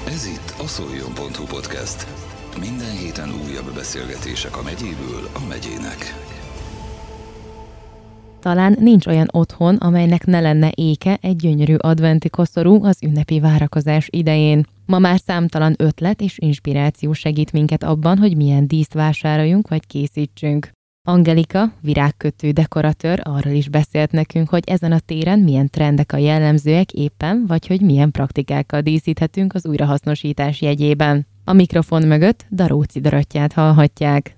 Ez itt a Szoljon.hu podcast. Minden héten újabb beszélgetések a megyéből a megyének. Talán nincs olyan otthon, amelynek ne lenne éke egy gyönyörű adventi koszorú az ünnepi várakozás idején. Ma már számtalan ötlet és inspiráció segít minket abban, hogy milyen díszt vásároljunk vagy készítsünk. Angelika, virágkötő dekoratőr arról is beszélt nekünk, hogy ezen a téren milyen trendek a jellemzőek éppen, vagy hogy milyen praktikákkal díszíthetünk az újrahasznosítás jegyében. A mikrofon mögött Daróci Dorottyát hallhatják.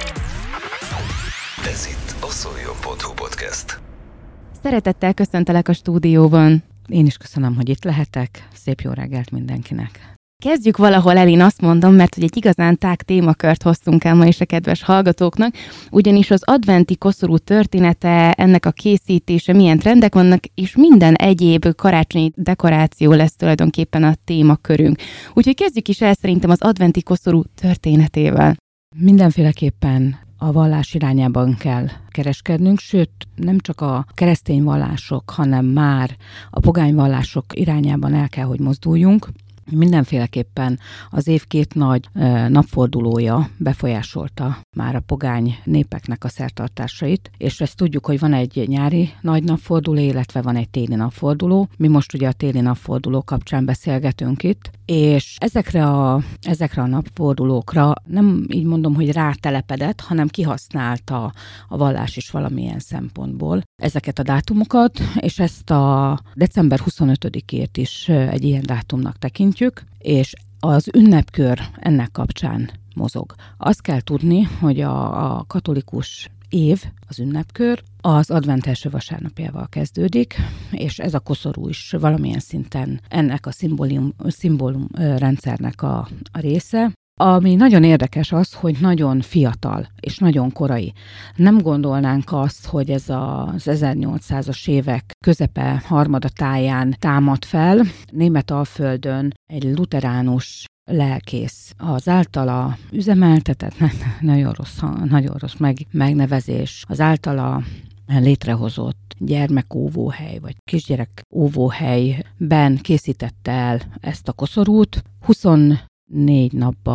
Ez itt a Szoljon.hu podcast. Szeretettel köszöntelek a stúdióban. Én is köszönöm, hogy itt lehetek. Szép jó reggelt mindenkinek. Kezdjük valahol el, én azt mondom, mert hogy egy igazán tág témakört hoztunk el ma is a kedves hallgatóknak, ugyanis az adventi koszorú története, ennek a készítése, milyen trendek vannak, és minden egyéb karácsonyi dekoráció lesz tulajdonképpen a témakörünk. Úgyhogy kezdjük is el szerintem az adventi koszorú történetével. Mindenféleképpen a vallás irányában kell kereskednünk, sőt, nem csak a keresztény vallások, hanem már a pogány vallások irányában el kell, hogy mozduljunk. Mindenféleképpen az év két nagy napfordulója befolyásolta már a pogány népeknek a szertartásait, és ezt tudjuk, hogy van egy nyári nagy napforduló, illetve van egy téli napforduló. Mi most ugye a téli napforduló kapcsán beszélgetünk itt, és ezekre a napfordulókra nem így mondom, hogy rátelepedett, hanem kihasználta a vallás is valamilyen szempontból ezeket a dátumokat, és ezt a december 25-ét is egy ilyen dátumnak tekintjük, és az ünnepkör ennek kapcsán mozog. Azt kell tudni, hogy a katolikus év, az ünnepkör, az advent első vasárnapjával kezdődik, és ez a koszorú is valamilyen szinten ennek a szimbólumrendszernek a része. Ami nagyon érdekes az, hogy nagyon fiatal és nagyon korai. Nem gondolnánk azt, hogy ez az 1800-as évek közepe harmadatáján támad fel. Németalföldön egy luteránus lelkész az általa üzemeltetett, nagyon rossz megnevezés, az általa létrehozott gyermekóvóhely, vagy kisgyerek óvóhelyben készítette el ezt a koszorút. 24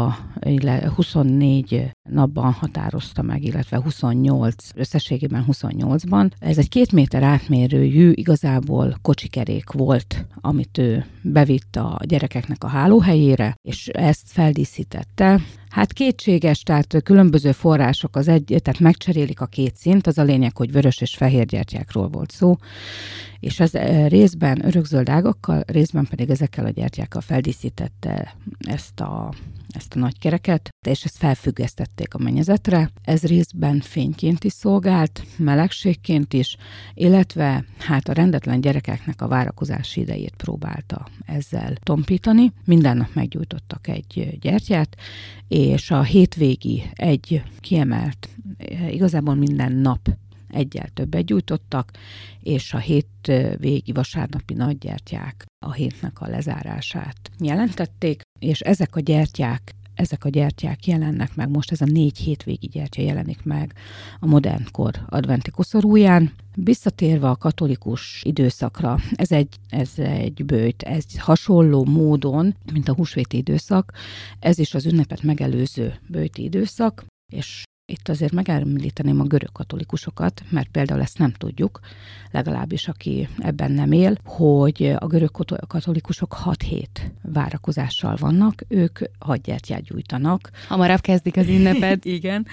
napban határozta meg, illetve 28, összességében 28-ban. Ez egy 2 méter átmérőjű, igazából kocsikerék volt, amit ő bevitt a gyerekeknek a hálóhelyére, és ezt feldíszítette. Hát kétséges, tehát különböző források tehát megcserélik a két színt, az a lényeg, hogy vörös és fehér gyertyákról volt szó, és ez részben örökzöld ágakkal, részben pedig ezekkel a gyertyákkal feldíszítette ezt a nagy kereket, és ezt felfüggesztették a mennyezetre. Ez részben fényként is szolgált, melegségként is, illetve hát a rendetlen gyerekeknek a várakozási idejét próbálta ezzel tompítani. Minden nap meggyújtottak egy gyertyát, és a hétvégi egy kiemelt, igazából minden nap egyel többet gyújtottak, és a hétvégi vasárnapi nagygyertyák a hétnek a lezárását jelentették, és ezek a gyertyák jelennek meg, most ez a 4 hétvégi gyertya jelenik meg a modern kor adventi koszorúján. Visszatérve a katolikus időszakra, ez egy böjt, ez hasonló módon, mint a húsvéti időszak, ez is az ünnepet megelőző böjti időszak, és itt azért megemlíteném a görög katolikusokat, mert például ezt nem tudjuk, legalábbis aki ebben nem él, hogy a görög katolikusok 6 hét várakozással vannak, ők 6 gyertyát gyújtanak. Hamarabb kezdik az ünnepet. Igen,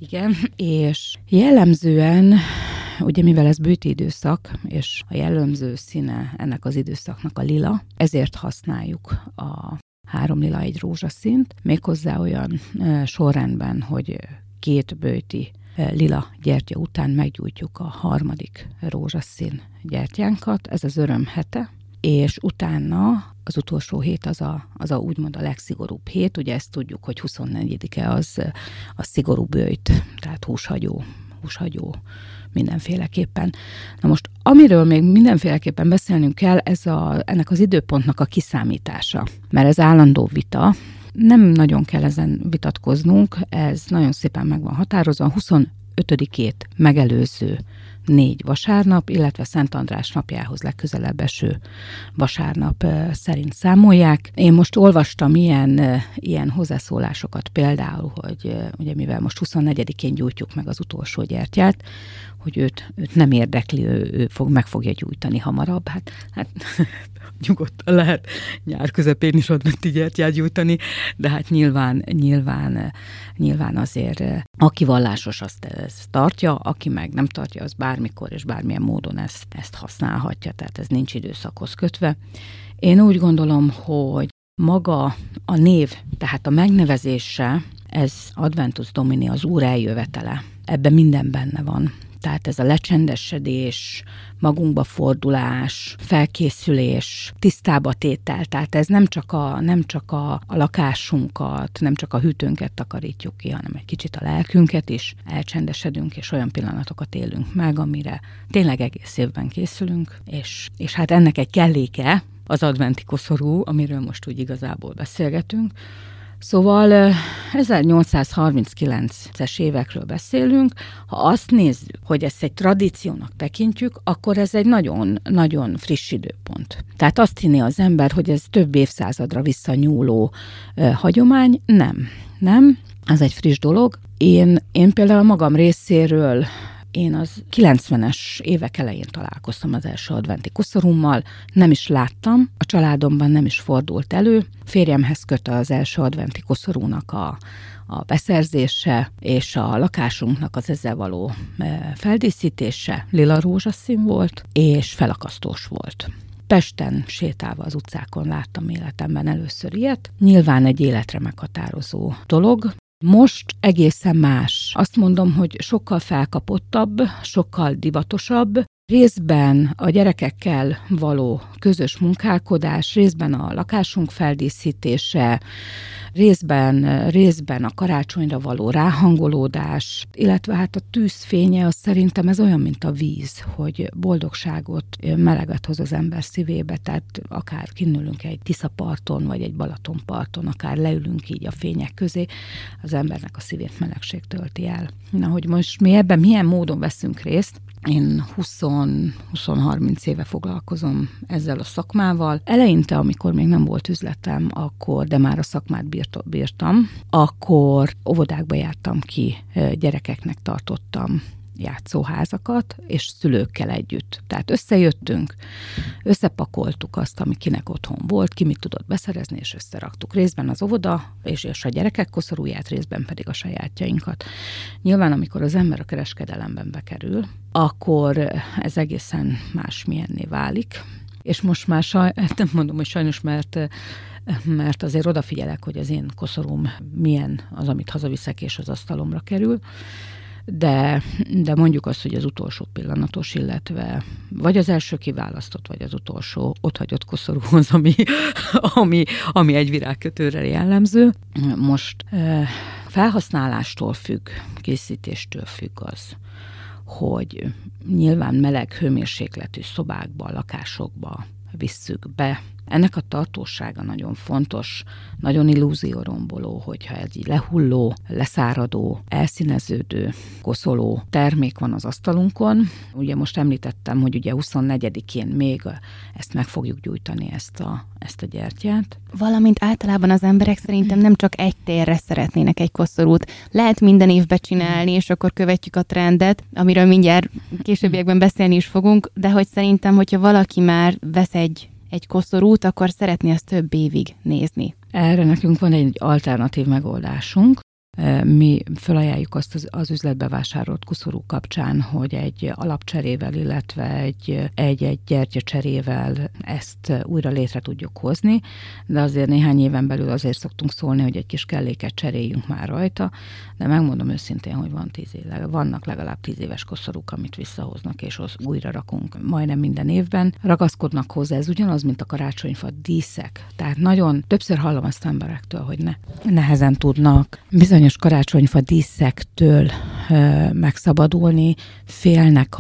és jellemzően, ugye mivel ez bőti időszak, és a jellemző színe ennek az időszaknak a lila, ezért használjuk a 3 lila, 1 rózsaszínt, méghozzá olyan sorrendben, hogy 2 böjti lila gyertya után meggyújtjuk a 3. rózsaszín gyertyánkat, ez az öröm hete, és utána az utolsó hét az a úgymond a legszigorúbb hét, ugye ezt tudjuk, hogy 24-e az a szigorú böjt, tehát húshagyó mindenféleképpen. Na most, amiről még mindenféleképpen beszélnünk kell, ennek az időpontnak a kiszámítása, mert ez állandó vita. Nem nagyon kell ezen vitatkoznunk, ez nagyon szépen meg van határozva. A 25-ét megelőző 4 vasárnap, illetve Szent András napjához legközelebb eső vasárnap szerint számolják. Én most olvastam ilyen hozzászólásokat például, hogy ugye mivel most 24-én gyújtjuk meg az utolsó gyertyát, hogy őt nem érdekli, ő meg fogja gyújtani hamarabb. Hát nyugodtan lehet nyár közepén is adventi gyertyát gyújtani, de hát nyilván azért aki vallásos, azt ezt tartja, aki meg nem tartja, az bármikor és bármilyen módon ezt használhatja, tehát ez nincs időszakhoz kötve. Én úgy gondolom, hogy maga a név, tehát a megnevezése, ez Adventus Domini, az Úr eljövetele. Ebben minden benne van. Tehát ez a lecsendesedés, magunkba fordulás, felkészülés, tisztába tétel. Tehát ez nem csak a lakásunkat, nem csak a hűtőnket takarítjuk ki, hanem egy kicsit a lelkünket is, elcsendesedünk, és olyan pillanatokat élünk meg, amire tényleg egész évben készülünk, és hát ennek egy kelléke az adventi koszorú, amiről most úgy igazából beszélgetünk. Szóval 1839-es évekről beszélünk, ha azt nézzük, hogy ezt egy tradíciónak tekintjük, akkor ez egy nagyon, nagyon friss időpont. Tehát azt hinné az ember, hogy ez több évszázadra visszanyúló hagyomány, nem, ez egy friss dolog. Én például a magam részéről én az 90-es évek elején találkoztam az első adventi koszorúmmal, nem is láttam, a családomban nem is fordult elő. Férjemhez köt az első adventi koszorúnak a beszerzése, és a lakásunknak az ezzel való feldíszítése lila rózsaszín volt, és felakasztós volt. Pesten sétálva az utcákon láttam életemben először ilyet. Nyilván egy életre meghatározó dolog. Most egészen más. Azt mondom, hogy sokkal felkapottabb, sokkal divatosabb, részben a gyerekekkel való közös munkálkodás, részben a lakásunk feldíszítése, részben a karácsonyra való ráhangolódás, illetve hát a tűzfénye, az szerintem ez olyan, mint a víz, hogy boldogságot, meleget hoz az ember szívébe, tehát akár kinülünk egy Tiszaparton, vagy egy Balatonparton, akár leülünk így a fények közé, az embernek a szívét melegség tölti el. Na, hogy most mi ebben milyen módon veszünk részt? Én 20-30 éve foglalkozom ezzel a szakmával. Eleinte, amikor még nem volt üzletem, de már a szakmát bírtam, akkor óvodákba jártam ki, gyerekeknek tartottam játszóházakat, és szülőkkel együtt. Tehát összejöttünk, összepakoltuk azt, ami kinek otthon volt, ki mit tudott beszerezni, és összeraktuk. Részben az óvoda és a gyerekek koszorúját, részben pedig a sajátjainkat. Nyilván, amikor az ember a kereskedelemben bekerül, akkor ez egészen másmilyenné válik. És most már nem mondom, hogy sajnos, mert azért odafigyelek, hogy az én koszorúm milyen az, amit hazaviszek, és az asztalomra kerül. De mondjuk azt, hogy az utolsó pillanatos, illetve vagy az első kiválasztott, vagy az utolsó otthagyott koszorúhoz, ami egy virágkötőre jellemző. Most felhasználástól függ, készítéstől függ az, hogy nyilván meleg hőmérsékletű szobákba, lakásokba visszük be. Ennek a tartósága nagyon fontos, nagyon illúzióromboló, hogyha egy lehulló, leszáradó, elszíneződő, koszoló termék van az asztalunkon. Ugye most említettem, hogy ugye 24-én még ezt meg fogjuk gyújtani, ezt a gyertyát. Valamint általában az emberek szerintem nem csak egy térre szeretnének egy koszorút. Lehet minden évben csinálni, és akkor követjük a trendet, amiről mindjárt későbbiekben beszélni is fogunk, de hogy szerintem, hogyha valaki már vesz egy koszorút, akkor szeretné azt több évig nézni. Erre nekünk van egy alternatív megoldásunk. Mi felajánljuk azt az üzletbe vásárolt koszorú kapcsán, hogy egy alapcserével, illetve egy gyertyacserével ezt újra létre tudjuk hozni, de azért néhány éven belül azért szoktunk szólni, hogy egy kis kelléket cseréljünk már rajta, de megmondom őszintén, hogy vannak legalább 10 éves koszorúk, amit visszahoznak, és újra rakunk majdnem minden évben. Ragaszkodnak hozzá, ez ugyanaz, mint a karácsonyfa díszek. Tehát nagyon többször hallom azt emberektől, hogy nehezen tudnak bizonyos hagyományos karácsonyfa díszektől megszabadulni, félnek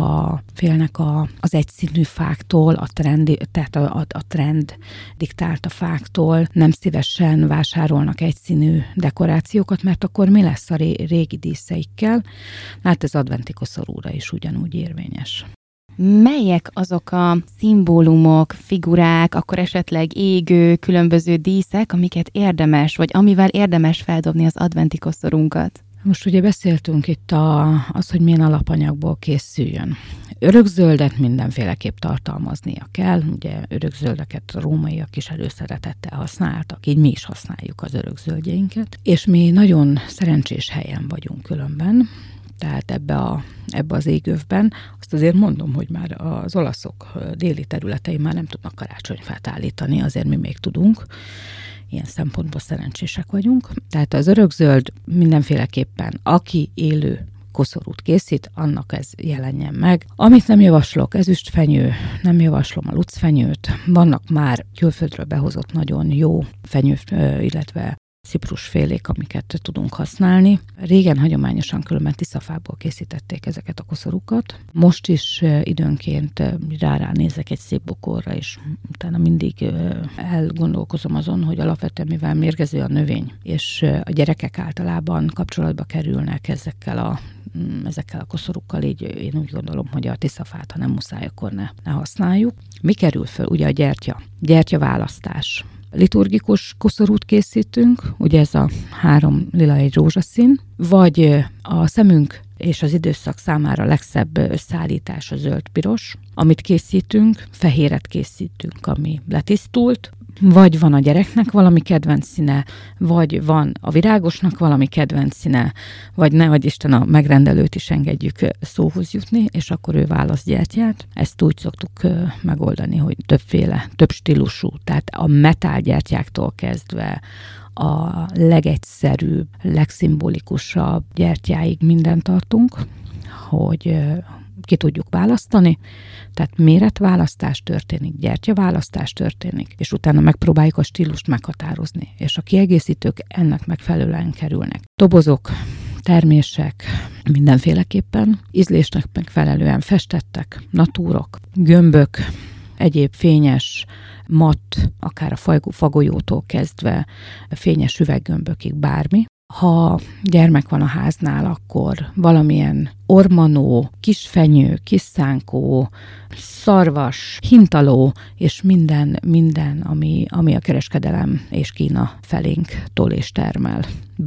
az egyszínű fáktól, tehát a trend diktálta fáktól, nem szívesen vásárolnak egyszínű dekorációkat, mert akkor mi lesz a régi díszeikkel? Hát ez adventi koszorúra is ugyanúgy érvényes. Melyek azok a szimbólumok, figurák, akkor esetleg égő, különböző díszek, amiket érdemes, vagy amivel érdemes feldobni az adventi koszorunkat? Most ugye beszéltünk itt az, hogy milyen alapanyagból készüljön. Örökzöldet mindenféleképp tartalmaznia kell, ugye örökzöldeket a rómaiak is előszeretettel használtak, így mi is használjuk az örökzöldjeinket, és mi nagyon szerencsés helyen vagyunk különben, tehát ebbe az égövben. Azt azért mondom, hogy már az olaszok déli területein már nem tudnak karácsonyfát állítani, azért mi még tudunk. Ilyen szempontból szerencsések vagyunk. Tehát az örökzöld mindenféleképpen, aki élő koszorút készít, annak ez jelenjen meg. Amit nem javaslok, ezüstfenyő, nem javaslom a lucfenyőt. Vannak már külföldről behozott nagyon jó fenyő, illetve ciprusfélék, amiket tudunk használni. Régen hagyományosan különben tiszafából készítették ezeket a koszorúkat. Most is időnként ránézek egy szép bokorra, és utána mindig elgondolkozom azon, hogy alapvetően mivel mérgező a növény, és a gyerekek általában kapcsolatba kerülnek ezekkel a koszorúkkal, így én úgy gondolom, hogy a tiszafát, ha nem muszáj, akkor ne használjuk. Mi kerül föl? Ugye a gyertyaválasztás. Liturgikus koszorút készítünk, ugye ez a 3 lila, egy rózsaszín, vagy a szemünk és az időszak számára legszebb összeállítás a zöld-piros, amit készítünk, fehéret készítünk, ami letisztult, vagy van a gyereknek valami kedvenc színe, vagy van a virágosnak valami kedvenc színe, vagy nehogy Isten a megrendelőt is engedjük szóhoz jutni, és akkor ő választ gyertyát. Ezt úgy szoktuk megoldani, hogy több stílusú, tehát a metál gyertyáktól kezdve a legegyszerűbb, legszimbolikusabb gyertyáig mindent tartunk, hogy ki tudjuk választani, tehát méretválasztás történik, gyertyaválasztás történik, és utána megpróbáljuk a stílust meghatározni, és a kiegészítők ennek megfelelően kerülnek. Dobozok, termések mindenféleképpen, ízlésnek megfelelően festettek, natúrok, gömbök, egyéb fényes, matt, akár a fagolyótól kezdve fényes üveggömbökig bármi. Ha gyermek van a háznál, akkor valamilyen ormanó, kisfenyő, kiszánkó, szarvas, hintaló, és minden ami a kereskedelem és Kína felénk tol és termel.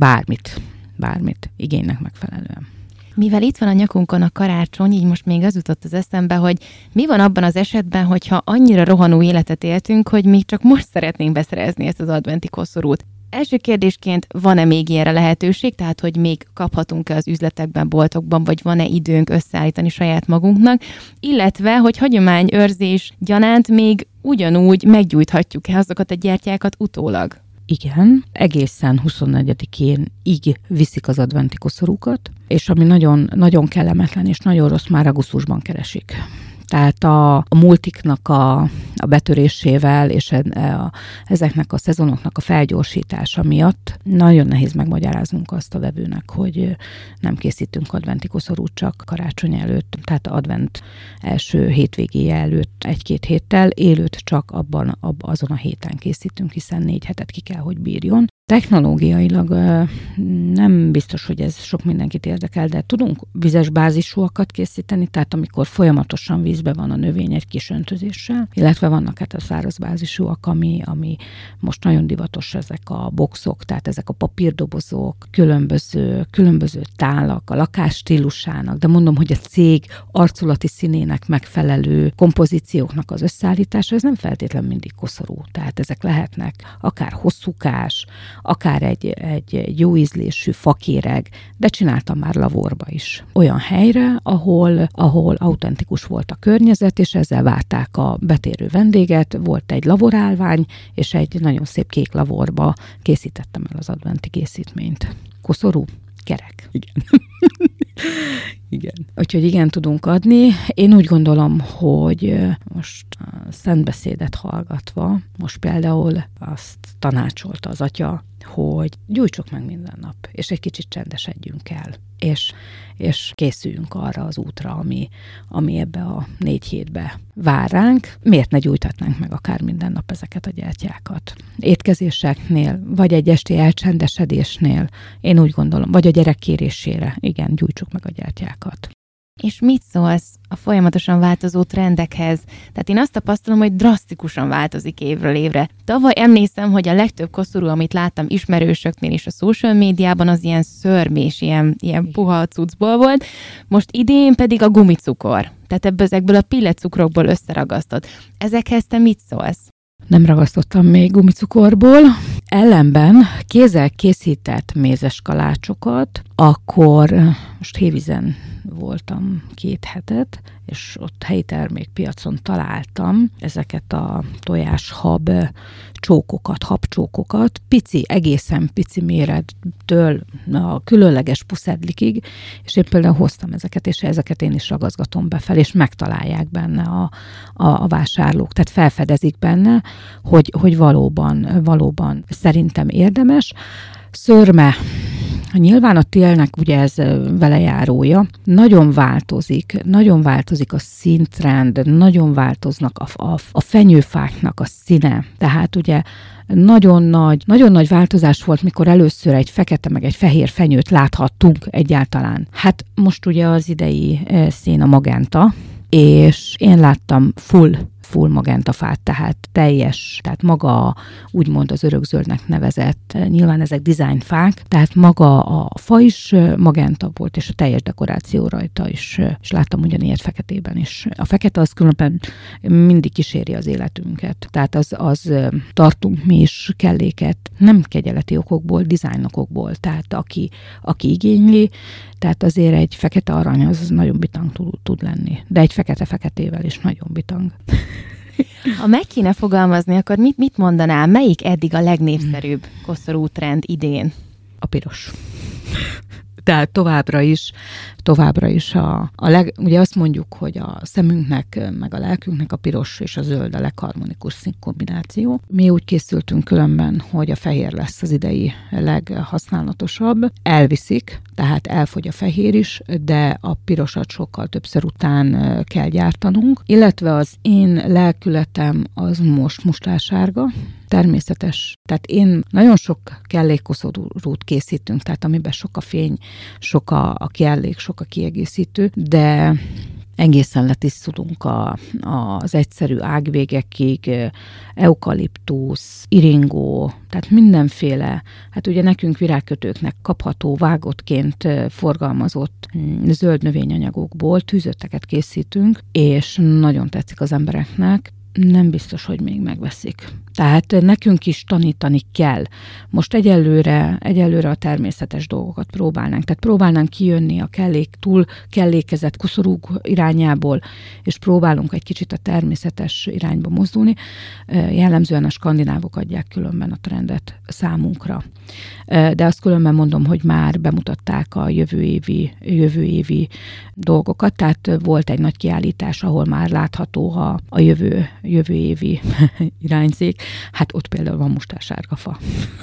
Bármit igénynek megfelelően. Mivel itt van a nyakunkon a karácsony, így most még az jutott az eszembe, hogy mi van abban az esetben, hogyha annyira rohanó életet éltünk, hogy mi csak most szeretnénk beszerezni ezt az adventi koszorút. Első kérdésként, van-e még ilyenre lehetőség, tehát hogy még kaphatunk-e az üzletekben, boltokban, vagy van-e időnk összeállítani saját magunknak, illetve, hogy hagyományőrzés gyanánt még ugyanúgy meggyújthatjuk-e azokat a gyertyákat utólag? Igen, egészen 24-én így viszik az adventi koszorúkat, és ami nagyon, nagyon kellemetlen és nagyon rossz, már augusztusban keresik. Tehát a multiknak a betörésével és ezeknek a szezonoknak a felgyorsítása miatt nagyon nehéz megmagyaráznunk azt a vevőnek, hogy nem készítünk adventi koszorút csak karácsony előtt, tehát advent első hétvégéje előtt 1-2 héttel, élőt csak azon a héten készítünk, hiszen 4 hetet ki kell, hogy bírjon. Technológiailag nem biztos, hogy ez sok mindenkit érdekel, de tudunk vizes bázisúakat készíteni, tehát amikor folyamatosan vízbe van a növény egy kis öntözéssel, illetve vannak hát a száraz bázisúak, ami most nagyon divatos, ezek a boxok, tehát ezek a papírdobozok, különböző tálak, a lakás stílusának, de mondom, hogy a cég arculati színének megfelelő kompozícióknak az összeállítása, ez nem feltétlenül mindig koszorú, tehát ezek lehetnek akár hosszúkás, akár egy jó ízlésű fakéreg, de csináltam már lavorba is. Olyan helyre, ahol autentikus volt a környezet, és ezzel várták a betérő vendéget, volt egy lavorálvány, és egy nagyon szép kék lavorba készítettem el az adventi készítményt. Koszorú? Kerek. Igen. Igen. Úgyhogy igen, tudunk adni. Én úgy gondolom, hogy most a szentbeszédet hallgatva, most például azt tanácsolta az atya, hogy gyújtsuk meg minden nap, és egy kicsit csendesedjünk el, és készüljünk arra az útra, ami ebbe a 4 hétbe vár ránk. Miért ne gyújtatnánk meg akár minden nap ezeket a gyertyákat? Étkezéseknél, vagy egy esti elcsendesedésnél, én úgy gondolom, vagy a gyerek kérésére, igen, gyújtsuk meg a gyertyákat. És mit szólsz a folyamatosan változó trendekhez? Tehát én azt tapasztalom, hogy drasztikusan változik évről évre. Tavaly emlékszem, hogy a legtöbb koszorú, amit láttam ismerősöknél és a social médiában, az ilyen szörmés, ilyen puha cuccból volt. Most idén pedig a gumicukor. Tehát ezekből a pillecukrokból összeragasztott. Ezekhez te mit szólsz? Nem ragasztottam még gumicukorból. Ellenben kézzel készített mézes kalácsokat, akkor most Hévízen voltam 2 hetet, és ott helyi termékpiacon találtam ezeket a tojáshab csókokat, habcsókokat, egészen pici mérettől a különleges puszedlikig, és én például hoztam ezeket, és ezeket én is ragazgatom befelé, és megtalálják benne a vásárlók, tehát felfedezik benne, hogy valóban szerintem érdemes. Szörme, nyilván a télnek ugye ez velejárója, nagyon változik a színtrend, nagyon változnak a fenyőfáknak a színe, tehát ugye nagyon nagy változás volt, mikor először egy fekete meg egy fehér fenyőt láthattunk egyáltalán. Hát most ugye az idei szín a magenta, és én láttam full magentafát, tehát teljes, tehát maga úgymond az örökzöldnek nevezett, nyilván ezek designfák, tehát maga a fa is magenta volt, és a teljes dekoráció rajta is, és láttam ugyanilyet feketében is. A fekete az különben mindig kíséri az életünket, tehát az tartunk mi is kelléket, nem kegyeleti okokból, design okokból, tehát aki igényli, tehát azért egy fekete arany az nagyon bitang tud lenni, de egy fekete-feketével is nagyon bitang. Ha meg kéne fogalmazni, akkor mit mondanál? Melyik eddig a legnépszerűbb koszorú trend idén? A piros. Tehát továbbra is ugye azt mondjuk, hogy a szemünknek, meg a lelkünknek a piros és a zöld a legharmonikus színkombináció. Mi úgy készültünk különben, hogy a fehér lesz az idei leghasználatosabb. Elviszik, tehát elfogy a fehér is, de a pirosat sokkal többször után kell gyártanunk. Illetve az én lelkületem az most mustássárga, természetes. Tehát én nagyon sok kellékkoszorút készítünk, tehát amiben sok a fény, sok a kellék, sok a kiegészítő, de egészen letisztulunk az egyszerű ágvégekig, eukaliptusz, iringó, tehát mindenféle, hát ugye nekünk virágkötőknek kapható, vágottként forgalmazott zöld növényanyagokból tűzötteket készítünk, és nagyon tetszik az embereknek. Nem biztos, hogy még megveszik. Tehát nekünk is tanítani kell. Most egyelőre a természetes dolgokat próbálnánk. Tehát próbálnánk kijönni a túl kellékezett koszorúk irányából, és próbálunk egy kicsit a természetes irányba mozdulni. Jellemzően a skandinávok adják különben a trendet számunkra. De azt különben mondom, hogy már bemutatták a jövő évi dolgokat, tehát volt egy nagy kiállítás, ahol már látható a jövő évi irányzék. Hát ott például van mustássárga fa.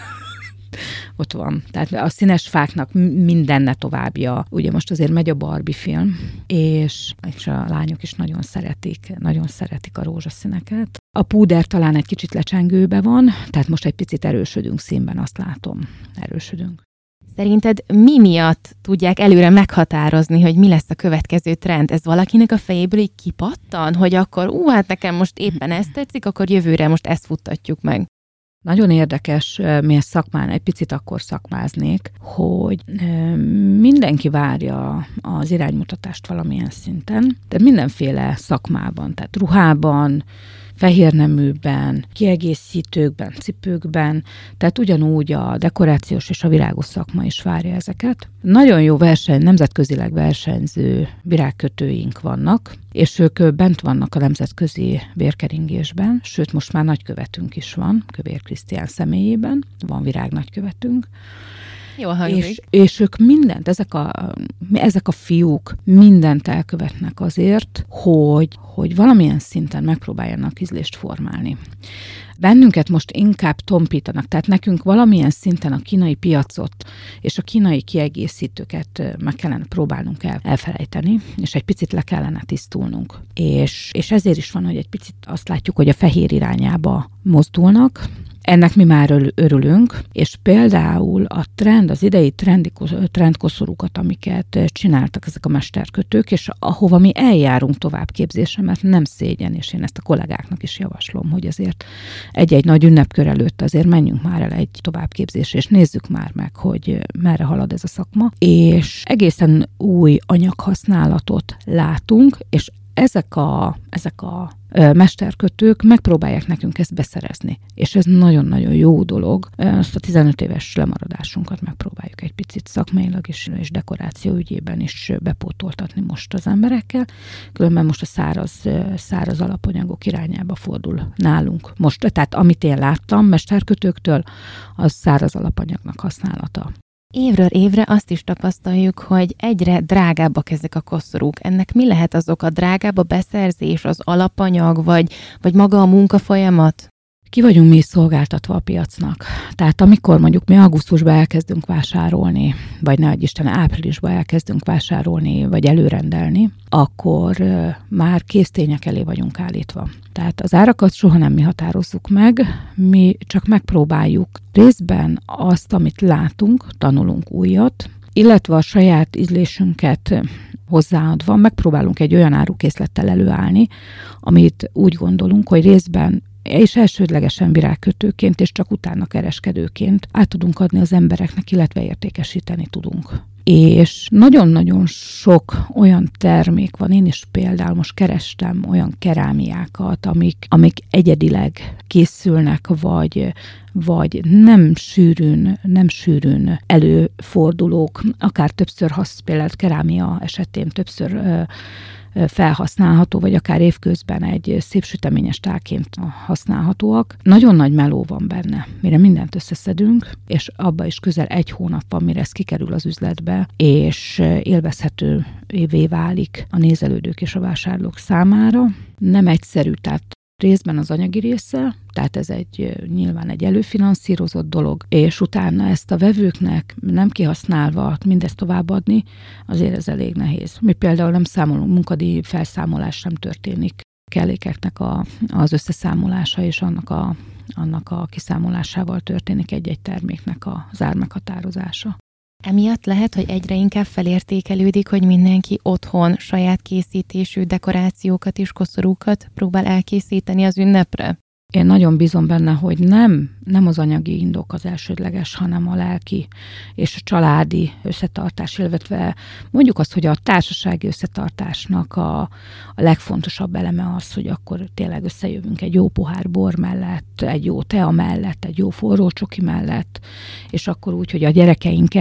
Ott van. Tehát a színes fáknak mindenne továbbja. Ugye most azért megy a Barbie film, és a lányok is nagyon szeretik a rózsaszíneket. A púder talán egy kicsit lecsengőbe van, tehát most egy picit erősödünk színben, azt látom. Erősödünk. Szerinted mi miatt tudják előre meghatározni, hogy mi lesz a következő trend? Ez valakinek a fejéből így kipattan, hogy akkor hát nekem most éppen ezt tetszik, akkor jövőre most ezt futtatjuk meg. Nagyon érdekes, mi ezt szakmán, egy picit akkor szakmáznék, hogy mindenki várja az iránymutatást valamilyen szinten, de mindenféle szakmában, tehát ruhában, fehérneműben, kiegészítőkben, cipőkben, tehát ugyanúgy a dekorációs és a virágos szakma is várja ezeket. Nagyon jó nemzetközileg versenyző virágkötőink vannak, és ők bent vannak a nemzetközi vérkeringésben, sőt most már nagykövetünk is van, Kövér Krisztián személyében, van virág nagykövetünk, Jól hangzik. És ők mindent, ezek a fiúk mindent elkövetnek azért, hogy valamilyen szinten megpróbáljanak ízlést formálni. Bennünket most inkább tompítanak, tehát nekünk valamilyen szinten a kínai piacot és a kínai kiegészítőket meg kellene próbálnunk elfelejteni, és egy picit le kellene tisztulnunk. És ezért is van, hogy egy picit azt látjuk, hogy a fehér irányába mozdulnak. Ennek mi már örülünk, és például az idei trendkoszorúkat, amiket csináltak ezek a mesterkötők, és ahova mi eljárunk továbbképzésre, mert nem szégyen, és én ezt a kollégáknak is javaslom, hogy azért egy-egy nagy ünnepkör előtt azért menjünk már el egy továbbképzésre, és nézzük már meg, hogy merre halad ez a szakma, és egészen új anyaghasználatot látunk, és ezek a mesterkötők megpróbálják nekünk ezt beszerezni. És ez nagyon-nagyon jó dolog. Azt a 15 éves lemaradásunkat megpróbáljuk egy picit szakmailag és dekoráció ügyében is bepótoltatni most az emberekkel. Különben most a száraz alapanyagok irányába fordul nálunk. Most, tehát amit én láttam mesterkötőktől, az száraz alapanyagnak használata. Évről évre azt is tapasztaljuk, hogy egyre drágábbak ezek a koszorúk. Ennek mi lehet az oka? Drágább a beszerzés, az alapanyag, vagy maga a munkafolyamat? Ki vagyunk mi szolgáltatva a piacnak. Tehát amikor mondjuk mi augusztusban elkezdünk vásárolni, vagy ne adj Isten, áprilisban elkezdünk vásárolni, vagy előrendelni, akkor már késztények elé vagyunk állítva. Tehát az árakat soha nem mi határozzuk meg, mi csak megpróbáljuk részben azt, amit látunk, tanulunk újat, illetve a saját ízlésünket hozzáadva megpróbálunk egy olyan árukészlettel előállni, amit úgy gondolunk, hogy részben és elsődlegesen virágkötőként, és csak utána kereskedőként át tudunk adni az embereknek, illetve értékesíteni tudunk. És nagyon-nagyon sok olyan termék van, én is például most kerestem olyan kerámiákat, amik egyedileg készülnek, vagy nem sűrűn előfordulók, akár többször például kerámia esetén többször felhasználható, vagy akár évközben egy szép süteményes tálként használhatóak. Nagyon nagy meló van benne, mire mindent összeszedünk, és abba is közel 1 hónap van, mire ez kikerül az üzletbe, és élvezhetővé válik a nézelődők és a vásárlók számára. Nem egyszerű, tehát részben az anyagi része, tehát ez nyilván egy előfinanszírozott dolog, és utána ezt a vevőknek nem kihasználva mindezt továbbadni, azért ez elég nehéz. Mi például nem számolunk, munkadíj felszámolás sem történik. Kellékeknek az összeszámolása és annak a kiszámolásával történik egy-egy terméknek az ármeghatározása. Emiatt lehet, hogy egyre inkább felértékelődik, hogy mindenki otthon saját készítésű dekorációkat és koszorúkat próbál elkészíteni az ünnepre. Én nagyon bízom benne, hogy nem az anyagi indok az elsődleges, hanem a lelki és a családi összetartás, illetve mondjuk azt, hogy a társasági összetartásnak a legfontosabb eleme az, hogy akkor tényleg összejövünk egy jó pohár bor mellett, egy jó tea mellett, egy jó forró csoki mellett, és akkor úgy, hogy a gyerekeink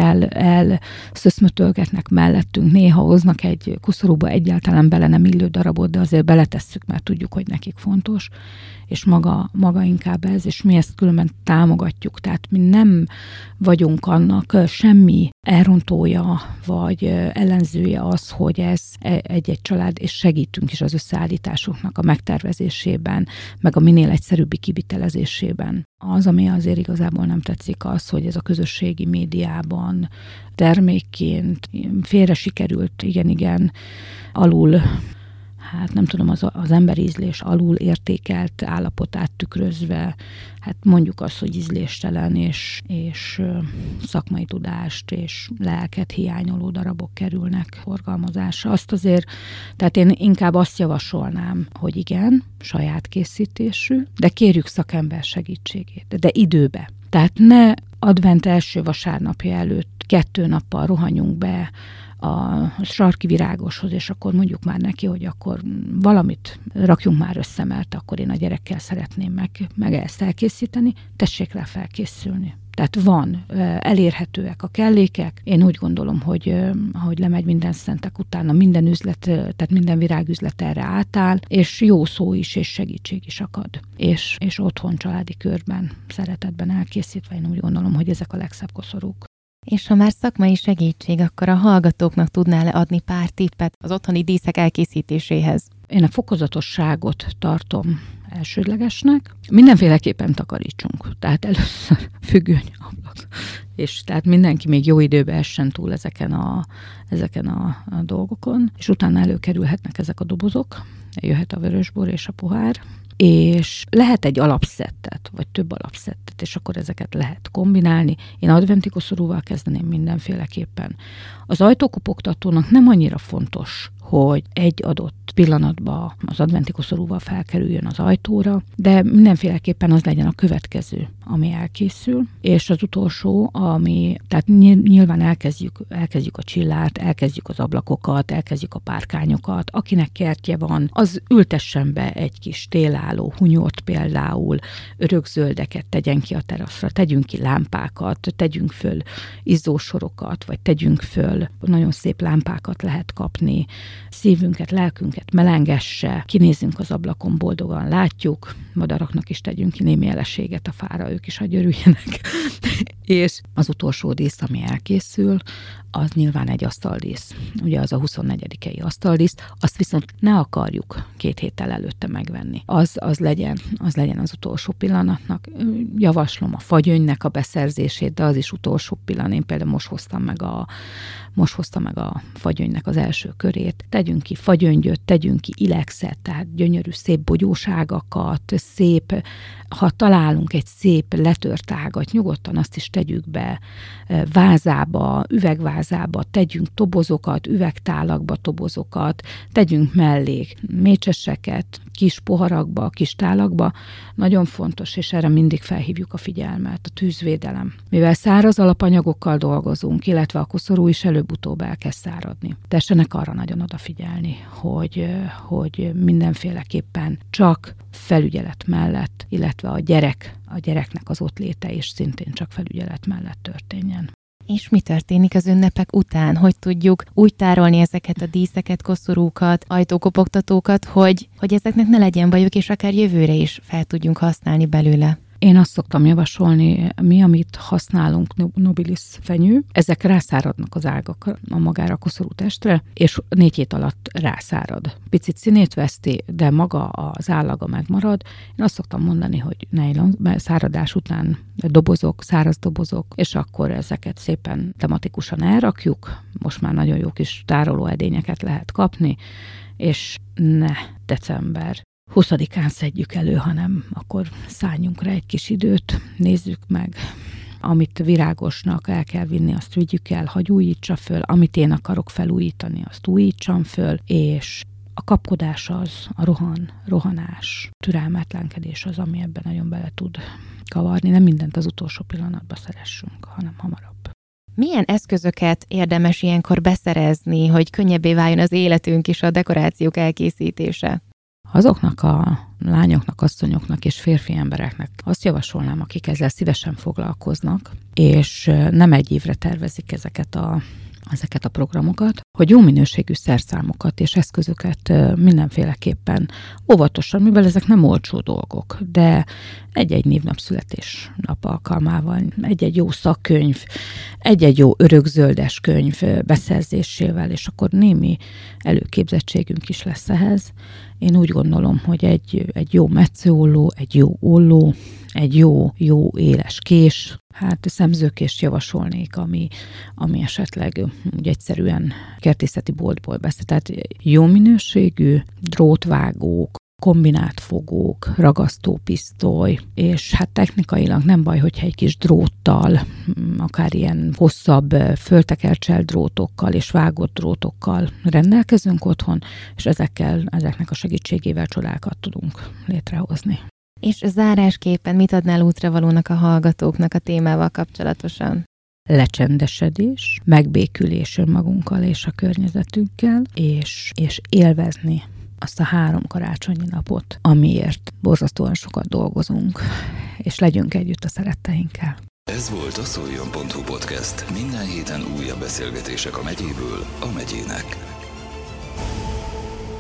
szöszmötölgetnek mellettünk, néha hoznak egy koszorúba egyáltalán bele nem illő darabot, de azért beletesszük, mert tudjuk, hogy nekik fontos, és maga inkább ez, és mi ezt különben támogatjuk, tehát mi nem vagyunk annak semmi elrontója, vagy ellenzője az, hogy ez egy-egy család, és segítünk is az összeállításoknak a megtervezésében, meg a minél egyszerűbbi kivitelezésében. Az, ami azért igazából nem tetszik, az, hogy ez a közösségi médiában termékként félre sikerült, igen, alul, hát nem tudom, az emberízlés alul értékelt állapotát tükrözve, hát mondjuk azt, hogy ízléstelen és szakmai tudást és lelket hiányoló darabok kerülnek forgalmazásra. Azt azért, tehát én inkább azt javasolnám, hogy igen, saját készítésű, de kérjük szakember segítségét, de időbe. Tehát ne advent első vasárnapja előtt 2 nappal rohanjunk be a sarki virágoshoz, és akkor mondjuk már neki, hogy akkor valamit rakjunk már össze, mert akkor én a gyerekkel szeretném meg ezt elkészíteni, tessék rá felkészülni. Tehát van, elérhetőek a kellékek. Én úgy gondolom, hogy lemegy minden szentek utána, minden üzlet, tehát minden virágüzlet erre átáll, és jó szó is, és segítség is akad. És otthon családi körben, szeretetben elkészítve, én úgy gondolom, hogy ezek a legszebb koszorúk. És ha már szakmai segítség, akkor a hallgatóknak tudnál adni pár tippet az otthoni díszek elkészítéséhez? Én a fokozatosságot tartom elsődlegesnek. Mindenféleképpen takarítsunk. Tehát először függöny, ablak. És tehát mindenki még jó időben essen túl ezeken a dolgokon. És utána előkerülhetnek ezek a dobozok. Jöhet a vörösbor és a pohár. És lehet egy alapszettet, vagy több alapszettet, és akkor ezeket lehet kombinálni. Én adventi koszorúval kezdeném mindenféleképpen. Az ajtókopogtatónak nem annyira fontos, hogy egy adott pillanatban az adventi koszorúval felkerüljön az ajtóra, de mindenféleképpen az legyen a következő, ami elkészül, és az utolsó, ami, tehát nyilván elkezdjük a csillát, elkezdjük az ablakokat, elkezdjük a párkányokat, akinek kertje van, az ültessen be egy kis télálló hunyort például, örökzöldeket tegyen ki a teraszra, tegyünk ki lámpákat, tegyünk föl izzósorokat, vagy tegyünk föl, nagyon szép lámpákat lehet kapni, szívünket, lelkünket melengesse, kinézzünk az ablakon, boldogan látjuk, madaraknak is tegyünk ki némi eleséget a fára, ők is hagy örüljenek. És az utolsó dísz, ami elkészül, az nyilván egy asztaldísz. Ugye az a 24-i asztaldísz, azt viszont ne akarjuk 2 héttel előtte megvenni. Az legyen az utolsó pillanatnak. Javaslom a fagyöngynek a beszerzését, de az is utolsó pillanat. Én például most hoztam meg a fagyöngynek az első körét. Tegyünk ki fagyöngyöt, tegyünk ki ilexet, tehát gyönyörű szép bogyóságakat, szép, ha találunk egy szép letört ágat, nyugodtan azt is tegyük be vázába, üvegvázába, tegyünk tobozokat, üvegtálakba tobozokat, tegyünk mellé mécseseket, kis poharakba, kis tálakba. Nagyon fontos, és erre mindig felhívjuk a figyelmet, a tűzvédelem. Mivel száraz alapanyagokkal dolgozunk, illetve a koszorú is előbb-utóbb elkezd száradni. Tessenek arra nagyon odafigyelni, hogy mindenféleképpen csak felügyelet mellett, illetve a gyereknek az ott léte is szintén csak felügyelet mellett történjen. És mi történik az ünnepek után? Hogy tudjuk úgy tárolni ezeket a díszeket, koszorúkat, ajtókopogtatókat, hogy ezeknek ne legyen bajuk, és akár jövőre is fel tudjunk használni belőle? Én azt szoktam javasolni, amit használunk, nobilis fenyő, ezek rászáradnak az ágak magára a koszorú testre, és 4 hét alatt rászárad. Picit színét veszti, de maga az állaga megmarad. Én azt szoktam mondani, hogy nylon, száradás után dobozok, száraz dobozok, és akkor ezeket szépen tematikusan elrakjuk. Most már nagyon jó kis tárolóedényeket lehet kapni, és ne december 20-án szedjük elő, hanem akkor szálljunk rá egy kis időt, nézzük meg, amit virágosnak el kell vinni, azt vigyük el, hagy újítsa föl, amit én akarok felújítani, azt újítsam föl, és a kapkodás az, a rohanás, türelmetlenkedés az, ami ebben nagyon bele tud kavarni. Nem mindent az utolsó pillanatban szeressünk, hanem hamarabb. Milyen eszközöket érdemes ilyenkor beszerezni, hogy könnyebbé váljon az életünk és a dekorációk elkészítése? Azoknak a lányoknak, asszonyoknak és férfi embereknek azt javasolnám, akik ezzel szívesen foglalkoznak, és nem egy évre tervezik ezeket a programokat, hogy jó minőségű szerszámokat és eszközöket mindenféleképpen óvatosan, mivel ezek nem olcsó dolgok, de egy-egy névnapszületés nap alkalmával, egy-egy jó szakkönyv, egy-egy jó örökzöldes könyv beszerzésével, és akkor némi előképzettségünk is lesz ehhez. Én úgy gondolom, hogy egy jó metszőolló, egy jó olló, egy jó éles kés, hát szemzőkést javasolnék, ami esetleg úgy egyszerűen kertészeti boltból beszél. Tehát jó minőségű drótvágók, kombinált fogók, ragasztópisztoly, és hát technikailag nem baj, hogyha egy kis dróttal, akár ilyen hosszabb föltekercselt drótokkal és vágott drótokkal rendelkezünk otthon, és ezeknek a segítségével csodákat tudunk létrehozni. És zárásképpen mit adnál útravalónak a hallgatóknak a témával kapcsolatosan? Lecsendesedés, megbékülés önmagunkkal és a környezetünkkel, és élvezni azt a 3 karácsonyi napot, amiért borzasztóan sokat dolgozunk, és legyünk együtt a szeretteinkkel. Ez volt a Szoljon.hu podcast. Minden héten újabb beszélgetések a megyéből a megyének.